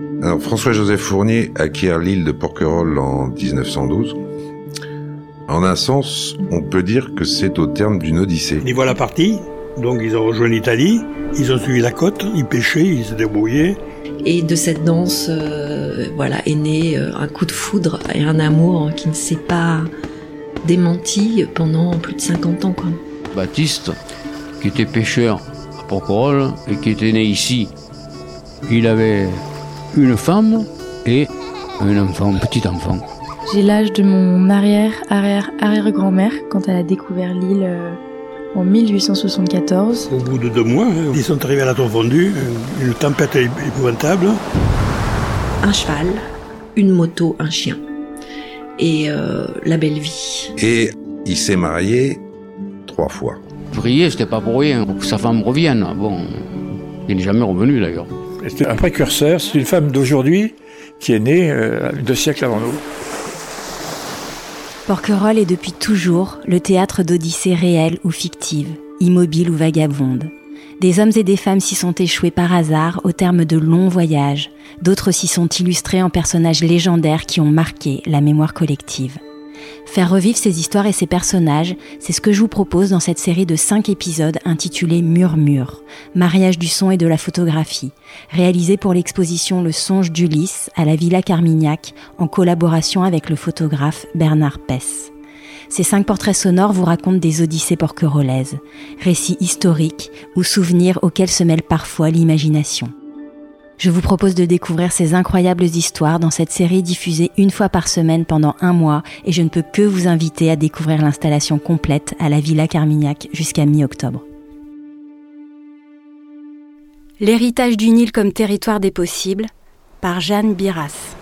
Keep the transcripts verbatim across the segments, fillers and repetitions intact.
Alors, François-Joseph Fournier acquiert l'île de Porquerolles en dix-neuf cent douze. En un sens, on peut dire que c'est au terme d'une odyssée. Ils voilà partis, donc ils ont rejoint l'Italie, ils ont suivi la côte, ils pêchaient, ils se débrouillaient. Et de cette danse, euh, voilà, est né euh, un coup de foudre et un amour qui ne s'est pas démenti pendant plus de cinquante ans, quoi. Baptiste, qui était pêcheur à Porquerolles et qui était né ici, il avait une femme et un enfant, un petit enfant. J'ai l'âge de mon arrière, arrière, arrière-grand-mère quand elle a découvert l'île euh, en mille huit cent soixante-quatorze. Au bout de deux mois, hein, ils sont arrivés à la tour fondue, une tempête épouvantable. Un cheval, une moto, un chien. Et euh, la belle vie. Et il s'est marié trois fois. Prier, c'était pas pour rien, pour que sa femme revienne. Bon, il n'est jamais revenu d'ailleurs. C'était un précurseur, c'est une femme d'aujourd'hui qui est née euh, deux siècles avant nous. Porquerolles est depuis toujours le théâtre d'odyssées réelles ou fictives, immobiles ou vagabondes. Des hommes et des femmes s'y sont échoués par hasard au terme de longs voyages. D'autres s'y sont illustrés en personnages légendaires qui ont marqué la mémoire collective. Faire revivre ces histoires et ces personnages, c'est ce que je vous propose dans cette série de cinq épisodes intitulée Murmure, mariage du son et de la photographie, réalisée pour l'exposition Le Songe d'Ulysse à la Villa Carmignac en collaboration avec le photographe Bernard Pess. Ces cinq portraits sonores vous racontent des odyssées porquerolaises, récits historiques ou souvenirs auxquels se mêle parfois l'imagination. Je vous propose de découvrir ces incroyables histoires dans cette série diffusée une fois par semaine pendant un mois et je ne peux que vous inviter à découvrir l'installation complète à la Villa Carmignac jusqu'à mi-octobre. L'héritage d'une île comme territoire des possibles par Jeanne Biras.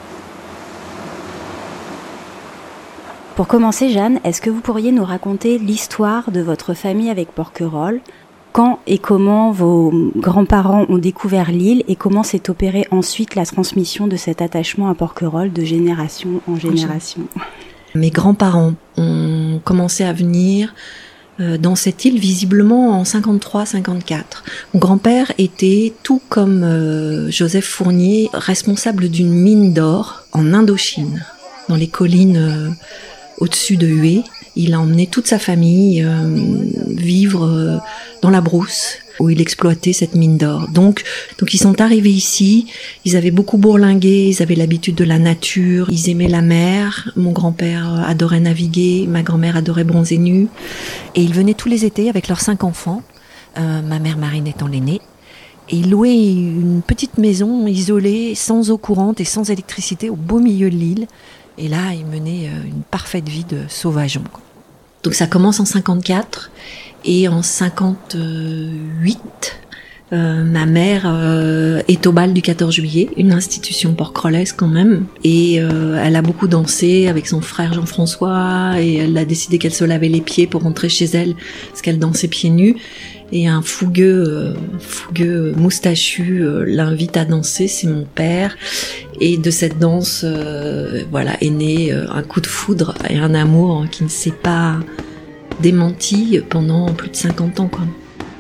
Pour commencer, Jeanne, est-ce que vous pourriez nous raconter l'histoire de votre famille avec Porquerolles ? Quand et comment vos grands-parents ont découvert l'île et comment s'est opérée ensuite la transmission de cet attachement à Porquerolles de génération en génération ? Mes grands-parents ont commencé à venir euh, dans cette île visiblement en cinquante-trois cinquante-quatre. Mon grand-père était, tout comme euh, Joseph Fournier, responsable d'une mine d'or en Indochine, dans les collines euh, au-dessus de Hué. Il a emmené toute sa famille euh, vivre euh, dans la brousse où il exploitait cette mine d'or. Donc, donc ils sont arrivés ici, ils avaient beaucoup bourlingué, ils avaient l'habitude de la nature, ils aimaient la mer. Mon grand-père adorait naviguer, ma grand-mère adorait bronzer nue. Et ils venaient tous les étés avec leurs cinq enfants, euh, ma mère Marine étant l'aînée. Et ils louaient une petite maison isolée, sans eau courante et sans électricité, au beau milieu de l'île. Et là, ils menaient une parfaite vie de sauvageons. Donc ça commence en cinquante-quatre et en cinquante-huit, euh, ma mère euh, est au bal du quatorze juillet, une institution porquerolloise quand même, et euh, elle a beaucoup dansé avec son frère Jean-François et elle a décidé qu'elle se lavait les pieds pour rentrer chez elle parce qu'elle dansait pieds nus. Et un fougueux, euh, fougueux moustachu euh, l'invite à danser, c'est mon père. Et de cette danse, euh, voilà, est né euh, un coup de foudre et un amour qui ne s'est pas démenti pendant plus de cinquante ans, quoi.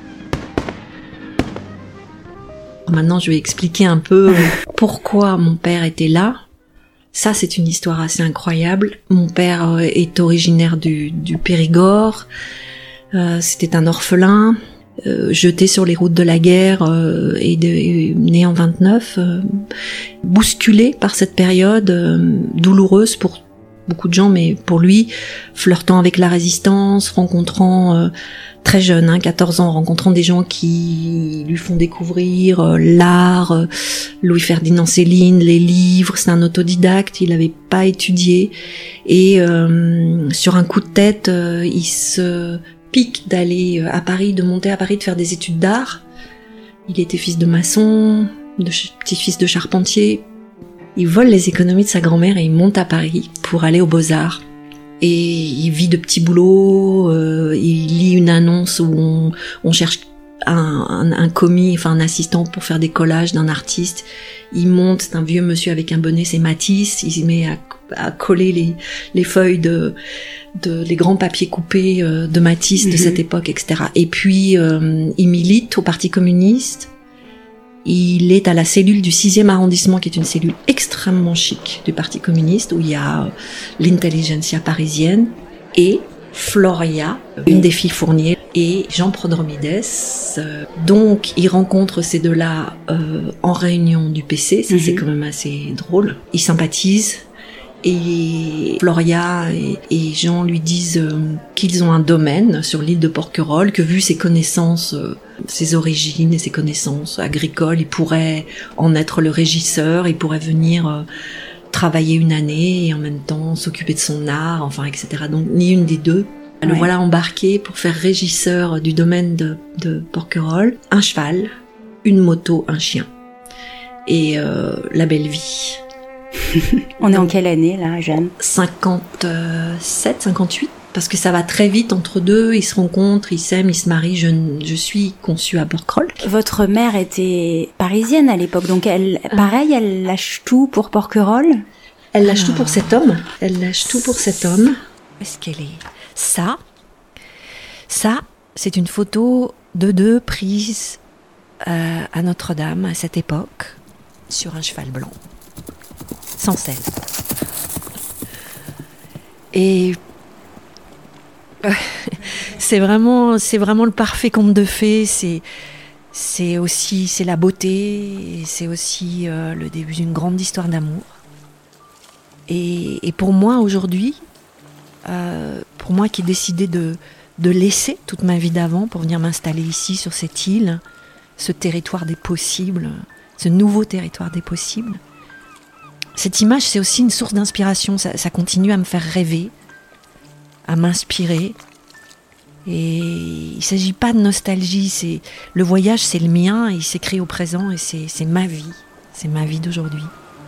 Maintenant, je vais expliquer un peu pourquoi mon père était là. Ça, c'est une histoire assez incroyable. Mon père est originaire du, du Périgord. Euh, c'était un orphelin. Euh, jeté sur les routes de la guerre euh, et, de, et né en vingt-neuf, euh, bousculé par cette période euh, douloureuse pour beaucoup de gens, mais pour lui, flirtant avec la résistance, rencontrant euh, très jeune, hein, quatorze ans, rencontrant des gens qui lui font découvrir euh, l'art, euh, Louis-Ferdinand Céline, les livres. C'est un autodidacte, il n'avait pas étudié et euh, sur un coup de tête, euh, il se pique d'aller à Paris, de monter à Paris, de faire des études d'art. Il était fils de maçon, de ch- petit-fils de charpentier. Il vole les économies de sa grand-mère et il monte à Paris pour aller aux Beaux-Arts. Et il vit de petits boulots, euh, il lit une annonce où on, on cherche un, un, un commis, enfin un assistant pour faire des collages d'un artiste. Il monte, c'est un vieux monsieur avec un bonnet, c'est Matisse. Il se met à, à coller les, les feuilles de... de les grands papiers coupés euh, de Matisse de mmh. cette époque, et cetera. Et puis euh, il milite au Parti communiste Il est à la cellule du sixième arrondissement, qui est une cellule extrêmement chic du Parti communiste, où il y a l'intelligentsia parisienne et Floria, une des filles Fournier, et Jean Prodromides. Donc, il rencontre ces deux-là euh, en réunion du P C, ça, mmh. c'est quand même assez drôle. Ils sympathisent. Et Floria et, et Jean lui disent euh, qu'ils ont un domaine sur l'île de Porquerolles, que vu ses connaissances, euh, ses origines et ses connaissances agricoles, il pourrait en être le régisseur, il pourrait venir euh, travailler une année et en même temps s'occuper de son art, enfin, et cetera. Donc, ni une des deux. Ouais. Le voilà embarqué pour faire régisseur du domaine de, de Porquerolles. Un cheval, une moto, un chien. Et euh, la belle vie. On est en quelle année, là, Jeanne ? cinquante-sept, cinquante-huit, parce que ça va très vite entre deux, ils se rencontrent, ils s'aiment, ils se marient, je, je suis conçue à Porquerolles. Votre mère était parisienne à l'époque, donc elle, pareil, elle lâche tout pour Porquerolles ? Elle lâche ah. tout pour cet homme, elle lâche tout pour cet homme. Où est-ce qu'elle est ? Ça, ça, c'est une photo de deux prise euh, à Notre-Dame à cette époque, sur un cheval blanc. Sans selle. Et c'est vraiment, c'est vraiment le parfait conte de fées. C'est, c'est aussi, c'est la beauté, et c'est aussi euh, le début d'une grande histoire d'amour. Et, et pour moi aujourd'hui, euh, pour moi qui ai décidé de, de laisser toute ma vie d'avant pour venir m'installer ici sur cette île, ce territoire des possibles, ce nouveau territoire des possibles. Cette image, c'est aussi une source d'inspiration. Ça, ça continue à me faire rêver, à m'inspirer. Et il ne s'agit pas de nostalgie. C'est, le voyage, c'est le mien, et il s'écrit au présent, et c'est, c'est ma vie. C'est ma vie d'aujourd'hui.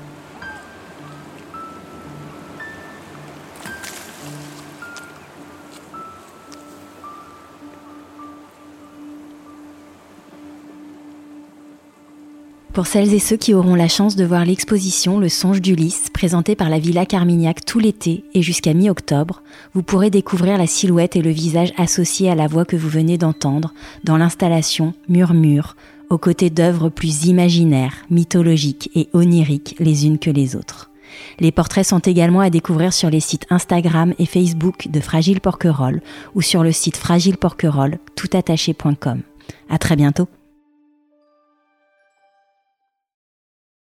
Pour celles et ceux qui auront la chance de voir l'exposition Le Songe d'Ulysse, présentée par la Villa Carmignac tout l'été et jusqu'à mi-octobre, vous pourrez découvrir la silhouette et le visage associés à la voix que vous venez d'entendre dans l'installation Murmure, aux côtés d'œuvres plus imaginaires, mythologiques et oniriques les unes que les autres. Les portraits sont également à découvrir sur les sites Instagram et Facebook de Fragile Porquerolles ou sur le site fragile porquerolles toutattaché point com. À très bientôt.